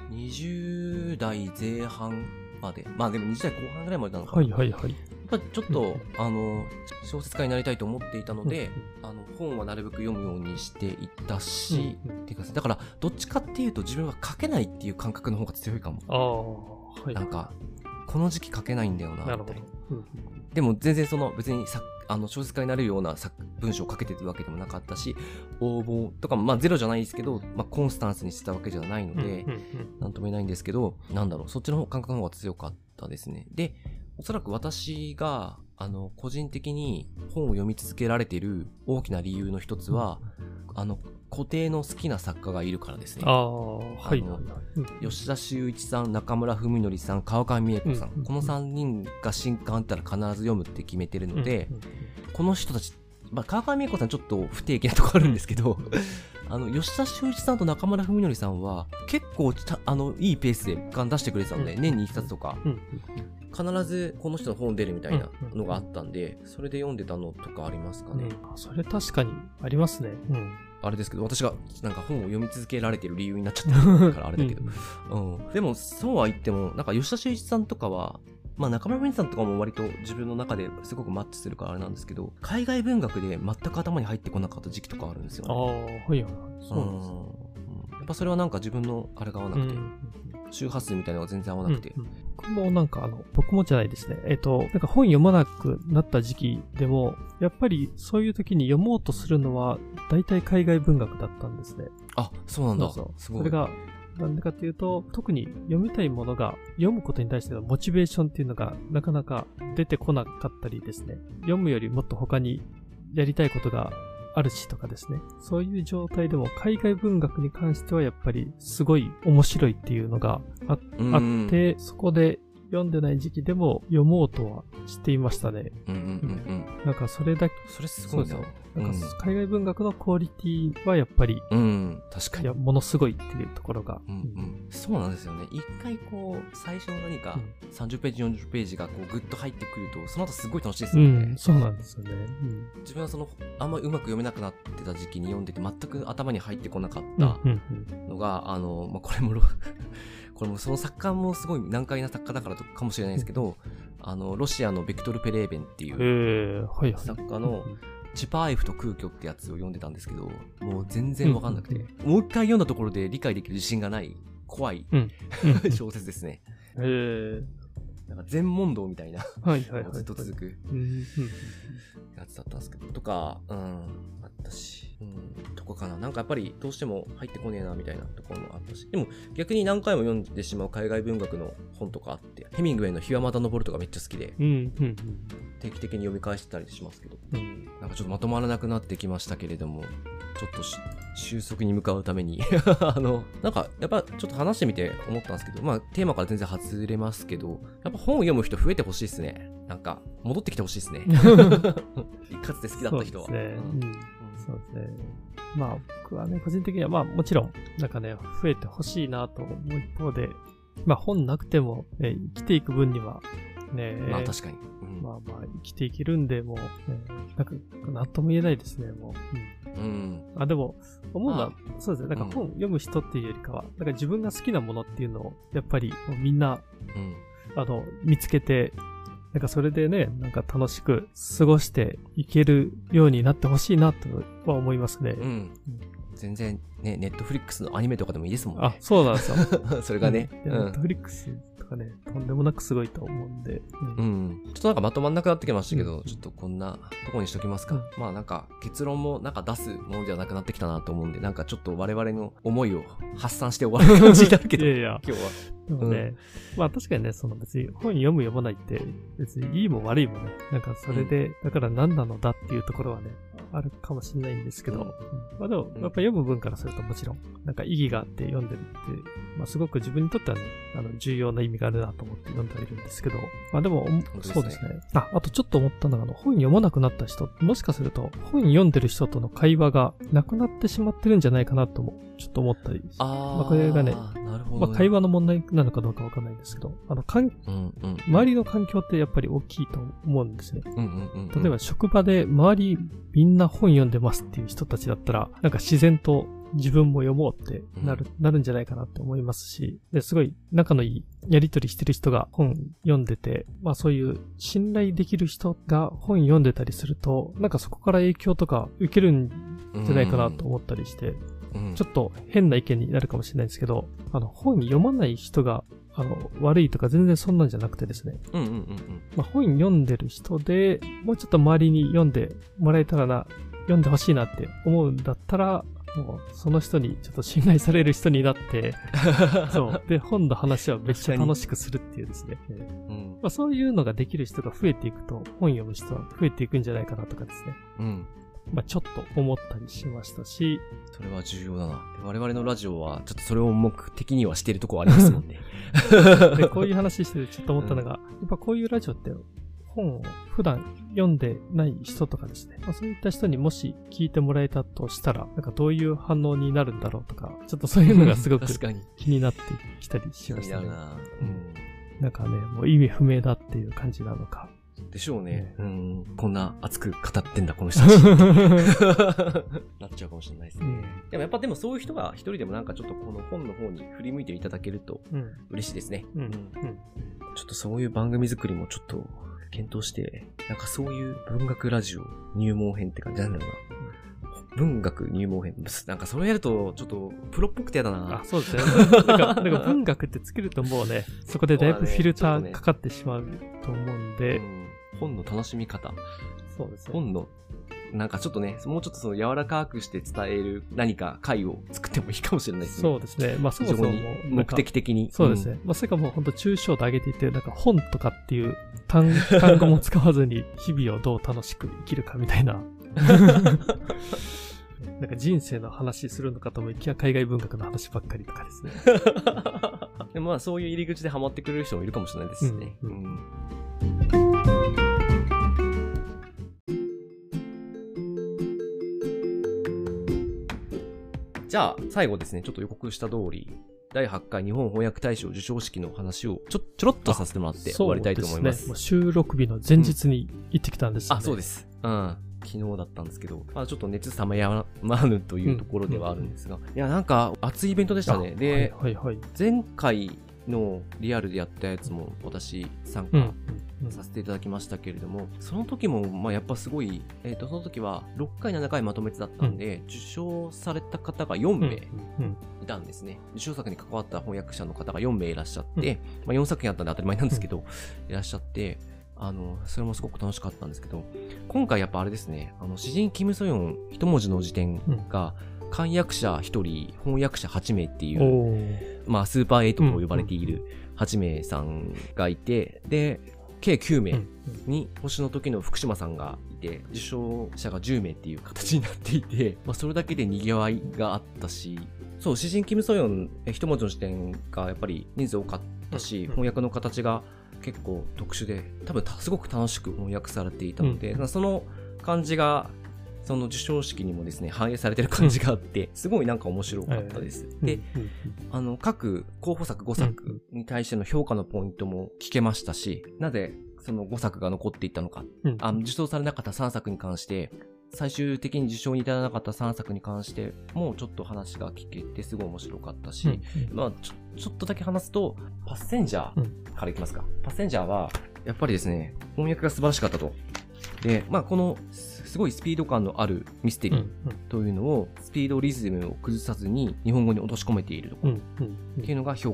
20代前半まで、まあでも20代後半ぐらいまでなのかな。やっぱちょっと小説家になりたいと思っていたので、本はなるべく読むようにしていたし、だからどっちかっていうと自分は書けないっていう感覚の方が強いかも。なんかこの時期書けないんだよなみたいな。でも全然別に小説家になれるような文章を書けてるわけでもなかったし、応募とかもまあゼロじゃないですけど、まあコンスタンスにしてたわけじゃないので、なんとも言えないんですけど、そっちの感覚の方が強かったですね。で、おそらく私が個人的に本を読み続けられている大きな理由の一つは、固定の好きな作家がいるからですね。吉田修一さん、中村文則さん、川上美恵子さん、この3人が新刊あったら必ず読むって決めてるので、この人たち、まあ、川上美恵子さんちょっと不定期なとこあるんですけど、吉田修一さんと中村文則さんは結構いいペースで刊出してくれてたので、年に1冊とか、必ずこの人の本出るみたいなのがあったんで、それで読んでたのとかありますかね。 それ確かにありますね。 あれですけど、私がなんか本を読み続けられてる理由になっちゃったからあれだけど、でもそうは言っても、なんか吉田修一さんとかは、まあ中村文さんとかも割と自分の中ですごくマッチするからあれなんですけど、海外文学で全く頭に入ってこなかった時期とかあるんですよね。そうなんですね。やっぱそれはなんか自分のあれが合わなくて、周波数みたいなのが全然合わなくて。 僕もなんか僕もじゃないですね。なんか本読まなくなった時期でも、やっぱりそういう時に読もうとするのは、大体海外文学だったんですね。 あ、そうなんだ。すごい。 それが、なんでかっていうと、特に読みたいものが、読むことに対してのモチベーションっていうのがなかなか出てこなかったりですね。読むよりもっと他にやりたいことがあるしとかですね。そういう状態でも海外文学に関してはやっぱりすごい面白いっていうのがあって、そこで読んでない時期でも読もうとはしていましたね。なんかそれだけ、 それすごいな。 なんか海外文学のクオリティはやっぱり、 確かに。 いや、ものすごいっていうところが。 そうなんですよね。一回最初の何か30ページ、40ページがグッと入ってくると、その後すごい楽しいですよね。 そうなんですよね。 自分はあんまりうまく読めなくなってた時期に読んでて、全く頭に入ってこなかったのが、これもその作家もすごい難解な作家だからかもしれないですけど、ロシアのベクトル・ペレーベンっていう作家のチパーエフと空虚ってやつを読んでたんですけど、もう全然わかんなくて、もう一回読んだところで理解できる自信がない怖い小説ですね。なんか全問答みたいなずっと続くやつだったんですけど、とか、あったし、とかかな。なんかやっぱりどうしても入ってこねえなみたいなところもあったし、でも逆に何回も読んでしまう海外文学の本とかあって、ヘミングウェイの日はまた昇るとかめっちゃ好きで、定期的に読み返してたりしますけど、なんかちょっとまとまらなくなってきましたけれども、ちょっと収束に向かうためになんかやっぱちょっと話してみて思ったんですけど、まあテーマから全然外れますけど、やっぱ本を読む人増えてほしいですね。なんか戻ってきてほしいですね。かつて好きだった人は。そうですね。まあ僕はね、個人的にはまあもちろんなんかね、増えてほしいなと思う一方で、まあ本なくても、生きていく分にはね、 まあ確かに。 まあ生きていけるんで、もう、なんかなんとも言えないですね、もう。でも思うのはそうですね。なんか本読む人っていうよりかは、なんか自分が好きなものっていうのをやっぱりみんな、見つけて。なんかそれでね、なんか楽しく過ごしていけるようになってほしいなとは思いますね。 全然ね、ネットフリックスのアニメとかでもいいですもんね。 そうなんですよ。 それがね。 ネットフリックスととかね、とんでもなくすごいと思うんで。 うん。ちょっとなんかまとまんなくなってきましたけど、ちょっとこんなとこにしときますか。まあなんか結論もなんか出すものではなくなってきたなと思うんで、なんかちょっと我々の思いを発散して終わる感じになるけど、 いやいや今日は。 でもね、まあ確かにね、その別に本読む読まないって別にいいも悪いもね、なんかそれで、だから何なのだっていうところはね、あるかもしれないんですけど、まあでも、やっぱ読む分からするともちろん、なんか意義があって読んでるって、まあすごく自分にとってはね、重要な意味があるなと思って読んではいるんですけど、まあでも、そうですね。あとちょっと思ったのが、本読まなくなった人、もしかすると本読んでる人との会話がなくなってしまってるんじゃないかなとも、ちょっと思ったり。まあこれがね、 なるほどね、 まあ会話の問題なのかどうかわかんないんですけど、周りの環境ってやっぱり大きいと思うんですね。例えば職場で周りみんな本読んでますっていう人たちだったら、なんか自然と自分も読もうってなるんじゃないかなって思いますし、ですごい仲のいいやりとりしてる人が本読んでて、まあそういう信頼できる人が本読んでたりすると、なんかそこから影響とか受けるんじゃないかなと思ったりして、ちょっと変な意見になるかもしれないですけど、本読まない人が悪いとか全然そんなんじゃなくてですね。まあ、本読んでる人で、もうちょっと周りに読んでもらえたらな、読んでほしいなって思うんだったら、もうその人にちょっと信頼される人になって、そう。で、本の話はめっちゃ楽しくするっていうですね。まあ、そういうのができる人が増えていくと、本読む人は増えていくんじゃないかなとかですね。まあ、ちょっと思ったりしましたし。 それは重要だな。我々のラジオは、ちょっとそれを目的にはしているところありますもんね。 で、こういう話しててちょっと思ったのが、やっぱこういうラジオって本を普段読んでない人とかですね。まあ、そういった人にもし聞いてもらえたとしたら、なんかどういう反応になるんだろうとか、ちょっとそういうのがすごく気になってきたりしましたね。なんかね、もう意味不明だっていう感じなのか。 でしょうね。こんな熱く語ってんだ、この人たち。なっちゃうかもしれないですね。でもやっぱでもそういう人が一人でもなんかちょっとこの本の方に振り向いていただけると嬉しいですね。ちょっとそういう番組作りもちょっと検討して、なんかそういう文学ラジオ入門編って感じなんだろうな。文学入門編。なんかそれやるとちょっとプロっぽくてやだな。 あ、そうですね。なんか文学って作るともうね、そこでだいぶフィルターかかってしまうと思うんで。 本の楽しみ方。 そうですね。 本の、なんかちょっとね、もうちょっとその柔らかくして伝える何か回を作ってもいいかもしれないですね。 そうですね。まあそもそも目的的に。 そうですね。まあそれかもう本当抽象度上げていって、なんか本とかっていう単語も使わずに日々をどう楽しく生きるかみたいな。なんか人生の話するのかと思いきや海外文学の話ばっかりとかですね。 でもまあそういう入り口でハマってくれる人もいるかもしれないですね。じゃあ最後ですね、ちょっと予告した通り第8回日本翻訳大賞授賞式の話をちょろっとさせてもらって終わりたいと思います。 そうですね。収録日の前日に行ってきたんですよね。 あ、そうです。昨日だったんですけど、まあちょっと熱冷めやまぬというところではあるんですが、いやなんか熱いイベントでしたね。で、前回のリアルでやったやつも私参加させていただきましたけれども、その時もまあやっぱすごい、その時は6回7回まとめてだったんで、受賞された方が4名いたんですね。受賞作に関わった翻訳者の方が4名いらっしゃって、まあ4作品あったんで当たり前なんですけど、いらっしゃって、それもすごく楽しかったんですけど、今回やっぱあれですね、詩人キム・ソヨン一文字の辞典が、漢訳者1人、翻訳者8名っていう、まあスーパー8と呼ばれている8名さんがいて、で、計9名に星の時の福島さんがいて、受賞者が10名っていう形になっていて、まあそれだけで賑わいがあったし、そう、詩人キム・ソヨン一文字の辞典がやっぱり人数多かったし、翻訳の形が結構特殊で、多分すごく楽しく翻訳されていたので、その感じがその授賞式にもですね反映されてる感じがあって、すごいなんか面白かったです。で、各候補作5作に対しての評価のポイントも聞けましたし、なぜその5作が残っていったのか、受賞されなかった3作に関して、最終的に受賞に至らなかった3作に関してもうちょっと話が聞けてすごい面白かったし、まあちょっとだけ話すと、パッセンジャーからいきますか。パッセンジャーはやっぱりですね、翻訳が素晴らしかったと。で、まあこのすごいスピード感のあるミステリーというのをスピードリズムを崩さずに日本語に落とし込めているところっていうのが評価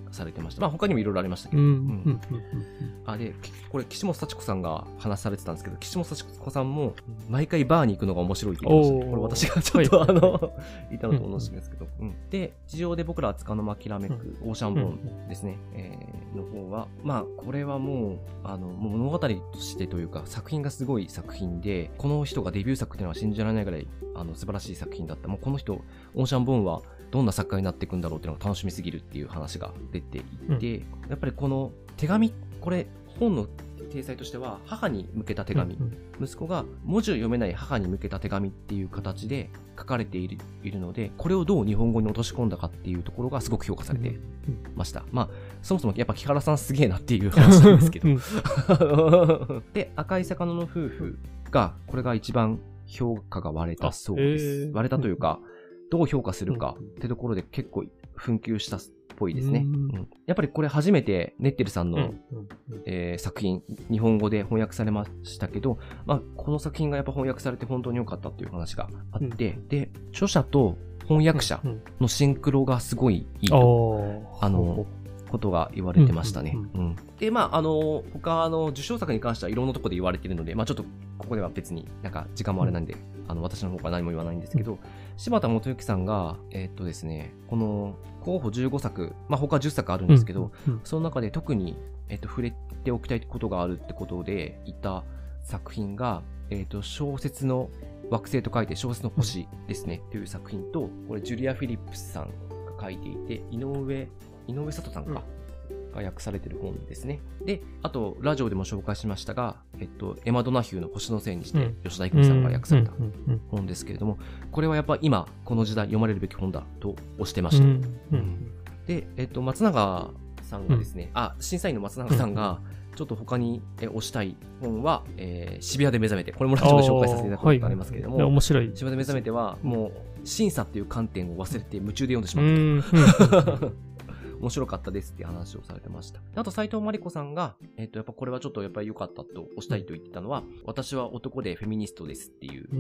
されてました。まあ他にもいろいろありましたけど。で、これ岸本幸子さんが話されてたんですけど、岸本幸子さんも毎回バーに行くのが面白いって言ってましたね。これ私がちょっと言ったのと同じですけど。で、地上で僕らはつかの間きらめくオーシャンボーンですね。の方は、まあこれはもう、物語としてというか作品がすごい作品で、この人がデビュー作っていうのは信じられないぐらい素晴らしい作品だった。もうこの人、オーシャンボーンはどんな作家になっていくんだろうっていうのが楽しみすぎるっていう話が出ていて、やっぱりこの手紙、これ本の体裁としては母に向けた手紙、息子が文字を読めない母に向けた手紙っていう形で書かれているので、これをどう日本語に落とし込んだかっていうところがすごく評価されてました。まあそもそもやっぱ木原さんすげえなっていう話なんですけどで、赤い魚の夫婦がこれが一番評価が割れたそうです。割れたというか、どう評価するかってところで結構紛糾したっぽいですね。やっぱりこれ初めてネッテルさんの作品、日本語で翻訳されましたけど、まあ、この作品がやっぱ翻訳されて本当に良かったっていう話があって、で、著者と翻訳者のシンクロがすごいいいと、ことが言われてましたね。で、まあ、他の受賞作に関してはいろんなところで言われているので、まあ、ちょっとここでは別になんか時間もあれなんで、私の方から何も言わないんですけど、柴田元幸さんが、ですね、この候補15作、まあ、他10作あるんですけど、その中で特に、触れておきたいことがあるってことで言った作品が、小説の惑星と書いて小説の星ですね、という作品と、これジュリア・フィリップスさんが書いていて、井上佐藤さんか、が訳されてる本ですね。で、あと、ラジオでも紹介しましたが、エマ・ドナヒューの星のせいにして、吉田郁美さんが訳された本ですけれども、これはやっぱ今、この時代読まれるべき本だと推してました。で、松永さんがですね、審査員の松永さんが、ちょっと他に推したい本は、渋谷で目覚めて、これもラジオで紹介させていただくことがありますけれども、 面白い。 渋谷で目覚めては、もう、審査っていう観点を忘れて夢中で読んでしまった。面白かったですっていう話をされてました。あと、斉藤真理子さんが、やっぱこれはちょっとやっぱり良かったと推したいと言ってたのは、私は男でフェミニストですっていう、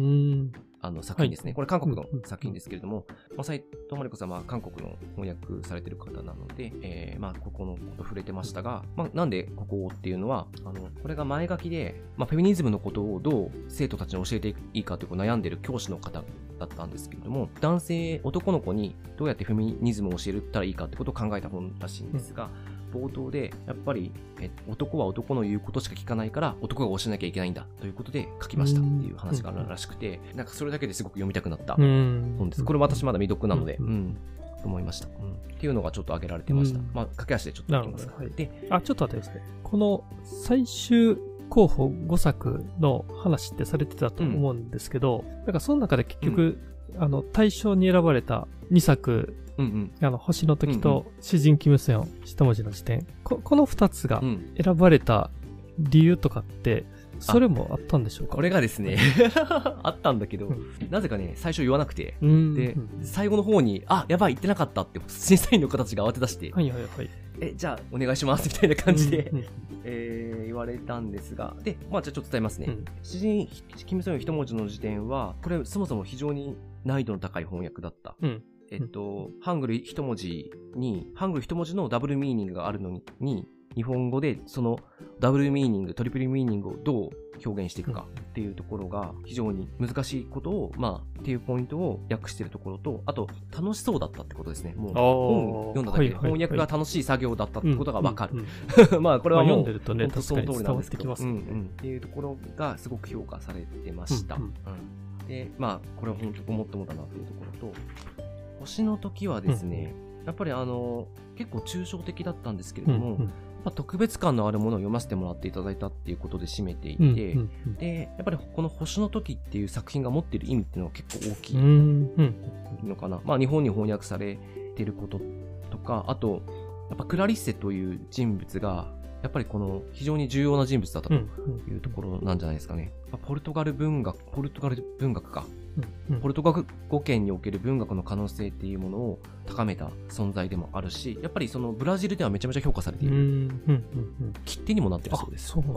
作品ですね。これ韓国の作品ですけれども、斉藤真理子さんは韓国の翻訳されてる方なので、まあ、ここのこと触れてましたが、まあ、なんでここっていうのは、これが前書きで、まあ、フェミニズムのことをどう生徒たちに教えていいかという悩んでる教師の方だったんですけれども、男の子にどうやってフェミニズムを教えたらいいかってことを考えた本らしいんですが、冒頭でやっぱり男は男の言うことしか聞かないから男が教えなきゃいけないんだということで書きましたっていう話があるらしくて、なんかそれだけですごく読みたくなった本です。これ私まだ未読なので、と思いました、っていうのがちょっと挙げられてました。まあ駆け足でちょっといきますか。で、 ちょっと待ってですね。この最終候補5作の話ってされてたと思うんですけど、なんかその中で結局、大賞に選ばれた2作、星の時と詩人キムセヨン一文字の辞典、この2つが選ばれた理由とかって、それもあったんでしょうか？ これがですねあったんだけど、なぜかね最初言わなくて、で最後の方にやばい言ってなかったって審査員の方たちが慌て出して、じゃあお願いしますみたいな感じで言われたんですが、でまあじゃあちょっと伝えますね。詩人キムセヨン一文字の辞典はこれそもそも非常に難易度の高い翻訳だった。ハングル一文字のダブルミーニングがあるのに、日本語でそのダブルミーニング、トリプルミーニングをどう表現していくかっていうところが非常に難しいことを、っていうポイントを訳しているところと、あと楽しそうだったってことですね。もう本を読んだだけで翻訳が楽しい作業だったってことがわかる。まあこれはもう読んでるとね、確かに伝わってきますね。 っていうところがすごく評価されてました。で、まあこれは本当にごもっともだなっていうところと、星の時はですね、やっぱり結構抽象的だったんですけれども、特別感のあるものを読ませてもらっていただいたっていうことで締めていて、でやっぱりこの星の時っていう作品が持っている意味っていうのは結構大きいのかな。まあ日本に翻訳されていることとか、あとやっぱクラリッセという人物がやっぱりこの非常に重要な人物だったというところなんじゃないですかね。ポルトガル文学か。ポルトガル語圏における文学の可能性っていうものを高めた存在でもあるし、やっぱりそのブラジルではめちゃめちゃ評価されている切手にもなってるそうです。 そうなんだ。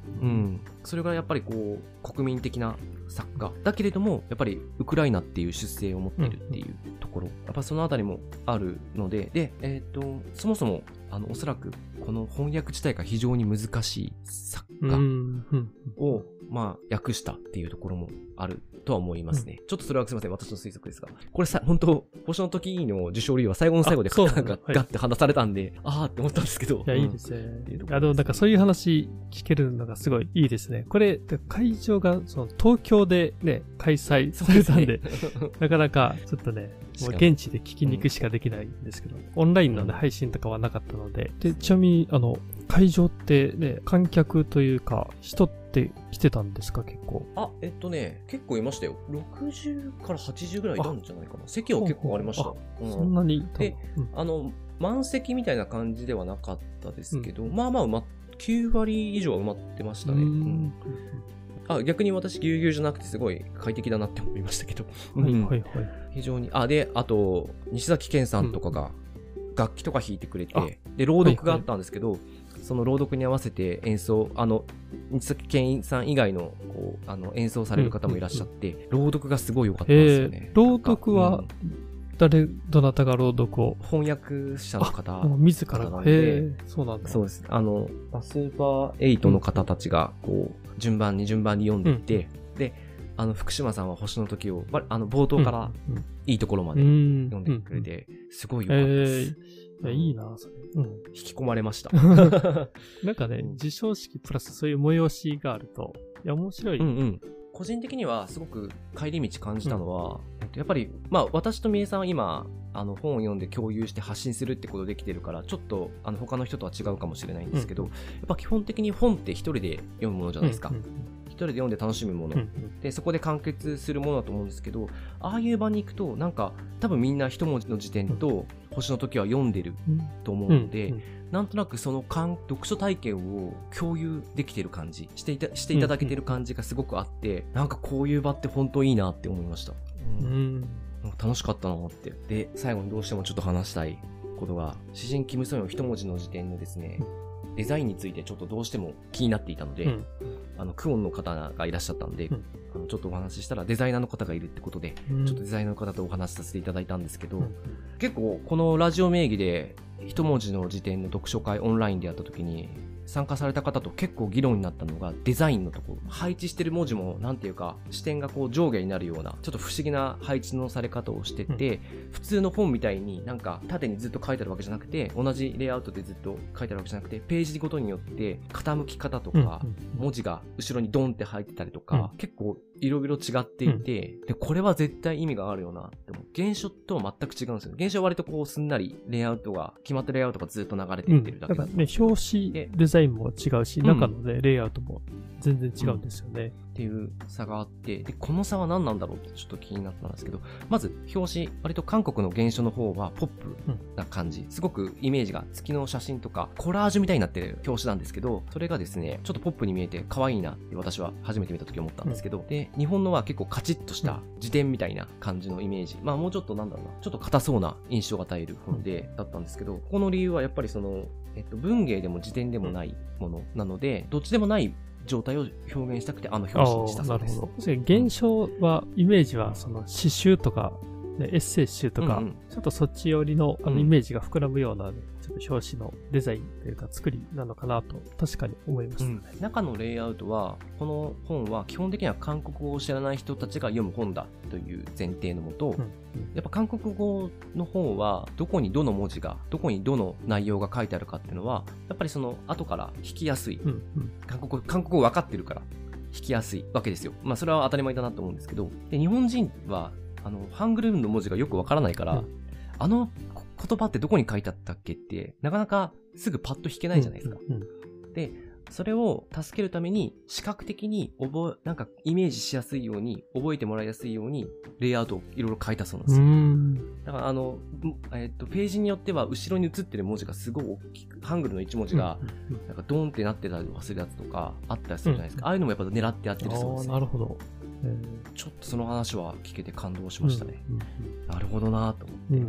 うん。それがやっぱりこう、国民的な作家。だけれども、やっぱりウクライナっていう出生を持っているっていうところ。やっぱそのあたりもあるので、で、そもそも、おそらく、この翻訳自体が非常に難しい作家を、まあ、訳したっていうところもあるとは思いますね。ちょっとそれはすみません、私の推測ですが。これ本当星の時の受賞理由は最後の最後でなんかガッて話されたんで、あーって思ったんですけど。 いや、いいですね。なんかそういう話聞けるのがすごいいいですね。これ、会場が東京でね、開催されたんで、なかなかちょっとね、もう現地で聞きに行くしかできないんですけど、オンラインの、ね、配信とかはなかったので、で、ちなみに、会場ってね、観客というか、人って来てたんですか、結構。 結構いましたよ。60から80ぐらいいたんじゃないかな。席は結構ありました。 そんなに。 で、満席みたいな感じではなかったですけど、まあまあ9割以上は埋まってましたね。逆に私ぎゅうぎゅうじゃなくてすごい快適だなって思いましたけど。非常に。あと、西崎健さんとかが楽器とか弾いてくれて、で、朗読があったんですけど、その朗読に合わせて演奏、西崎健さん以外の、こう、演奏される方もいらっしゃって、朗読がすごい良かったですよね。 朗読は、どなたが朗読を翻訳者の方。 自らが。そうなんだ。 そうです。スーパー8の方たちが、こう、順番に読んでいって、で、福島さんは星の時を、冒頭からいいところまで読んでくれて、すごい良かったです。 いいな、それ。 引き込まれました。 なんかね、授賞式プラスそういう催しがあると、いや、面白い。 個人的にはすごく帰り道感じたのは、やっぱり、まあ私とみえさんは今、本を読んで共有して発信するってことできてるから、ちょっと他の人とは違うかもしれないんですけど、やっぱ基本的に本って一人で読むものじゃないですか。一人で読んで楽しむもの、でそこで完結するものだと思うんですけど、ああいう場に行くとなんか多分みんな一文字の時点と星の時は読んでると思うので、なんとなくその読書体験を共有できてる感じしていただけてる感じがすごくあって、なんかこういう場って本当いいなって思いました。楽しかったなって。で、最後にどうしてもちょっと話したいことが、詩人キム・ソヨン一文字の時点のですね、デザインについてちょっとどうしても気になっていたので、クオンの方がいらっしゃったので、ちょっとお話ししたらデザイナーの方がいるってことで、ちょっとデザイナーの方とお話しさせていただいたんですけど、結構このラジオ名義で一文字の時点の読書会オンラインでやった時に参加された方と結構議論になったのがデザインのところ。配置してる文字もなんていうか視点がこう上下になるようなちょっと不思議な配置のされ方をしてて、普通の本みたいになんか縦にずっと書いてあるわけじゃなくて、同じレイアウトでずっと書いてあるわけじゃなくて、ページごとによって傾き方とか文字が後ろにドンって入ってたりとか、結構いろいろ違っていて、でこれは絶対意味があるよなって思う。原書とは全く違うんですよ。原書は割とこうすんなりレイアウトが決まったレイアウトがずっと流れていってるだけだ、 ね、表紙デザインも違うし、中のね、レイアウトも全然違うんですよね。 っていう差があって、で、この差は何なんだろうってちょっと気になったんですけど、まず表紙、割と韓国の原書の方はポップな感じ。すごくイメージが月の写真とかコラージュみたいになってる表紙なんですけど、それがですね、ちょっとポップに見えて可愛いなって私は初めて見た時思ったんですけど、で、日本のは結構カチッとした辞典みたいな感じのイメージ。まあもうちょっとなんだろうな、ちょっと硬そうな印象が与える本でだったんですけど、この理由はやっぱりその、文芸でも辞典でもないものなので、どっちでもない状態を表現したくて表紙にしたそうです。なるほど。 原書は、イメージはその詩集とか、エッセイ集とか、ちょっとそっち寄りのイメージが膨らむような、ちょっと表紙のデザインというか作りなのかなと確かに思いましたね。 中のレイアウトは、この本は基本的には韓国語を知らない人たちが読む本だという前提のもと、やっぱ韓国語の本はどこにどの文字が、どこにどの内容が書いてあるかっていうのは、やっぱりその後から引きやすい。韓国語分かってるから引きやすいわけですよ。まあそれは当たり前だなと思うんですけど、で日本人はハングルの文字がよくわからないから、言葉ってどこに書いてあったっけって、なかなかすぐパッと弾けないじゃないですか。で、それを助けるために、視覚的になんかイメージしやすいように、覚えてもらいやすいように、レイアウトをいろいろ書いたそうなんですよ。だからページによっては、後ろに映ってる文字がすごい大きく、ハングルの1文字が、なんかドーンってなってたりするやつとか、あったりするじゃないですか。ああいうのもやっぱ狙ってやってるそうですね。 なるほど。 ちょっとその話は聞けて感動しましたね。なるほどなと思って。い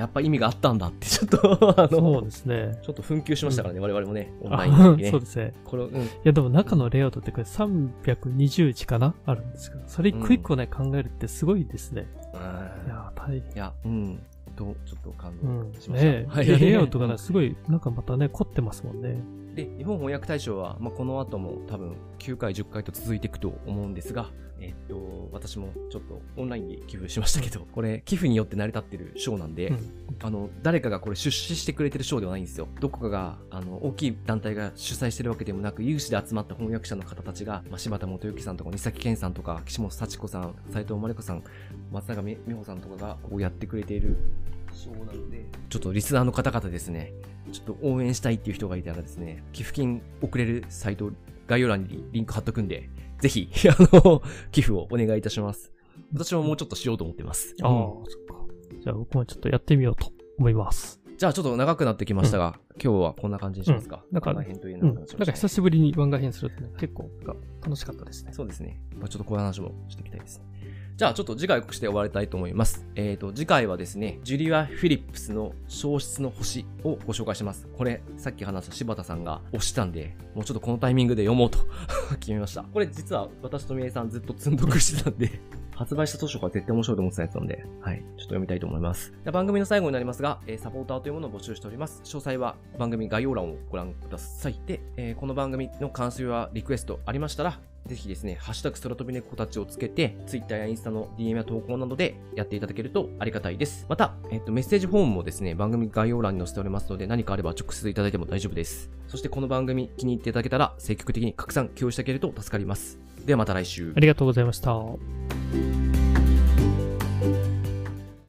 やっぱ意味があったんだってちょっとそうですね。 ちょっと紛糾しましたからね、我々もね、オンラインの時ね。 そうですね。いやでも中のレイアウトってこれ320字かなあるんですけど、それ一個一個ね、考えるってすごいですね。いや、大変。いや、 ちょっと感動しました。 はい。レイアウトがね、すごい、なんかまたね、凝ってますもんね。 で、日本翻訳大賞は、この後も多分9回、10回と続いていくと思うんですが、私もちょっとオンラインで寄付しましたけど、これ寄付によって成り立ってる賞なんで、誰かがこれ出資してくれてる賞ではないんですよ。どこかが、大きい団体が主催してるわけでもなく、有志で集まった翻訳者の方たちが、柴田元幸さんとか、三崎健さんとか、岸本幸子さん、斉藤真理子さん、松永美穂さんとかがこうやってくれている賞なので、ちょっとリスナーの方々ですね、ちょっと応援したいっていう人がいたらですね、寄付金送れるサイト、概要欄にリンク貼っとくんで、ぜひ、寄付をお願いいたします。私ももうちょっとしようと思ってます。 ああ、そっか。じゃあ僕もちょっとやってみようと思います。 じゃあちょっと長くなってきましたが、今日はこんな感じにしますか。 なんか、 番外編というのを話しましたね。 なんか久しぶりに番外編するとね、結構楽しかったですね。 そうですね。ちょっとこういう話もしていきたいですね。じゃあちょっと次回をして終わりたいと思います。次回はですね、ジュリア・フィリップスの消失の星をご紹介します。これ、さっき話した柴田さんが押したんで、もうちょっとこのタイミングで読もうと決めました。これ実は私とみえさんずっと積んどくしてたんで、発売した当初から絶対面白いと思ってたやつなんで、はい、ちょっと読みたいと思います。番組の最後になりますが、サポーターというものを募集しております。詳細は番組概要欄をご覧ください。で、この番組の感想やリクエストありましたら、ぜひですね、ハッシュタグ空飛び猫たちをつけて、Twitter やインスタの DM や投稿などでやっていただけるとありがたいです。また、メッセージフォームもですね、番組概要欄に載せておりますので、何かあれば直接いただいても大丈夫です。そしてこの番組気に入っていただけたら、積極的に拡散、共有してあげると助かります。ではまた来週。 ありがとうございました。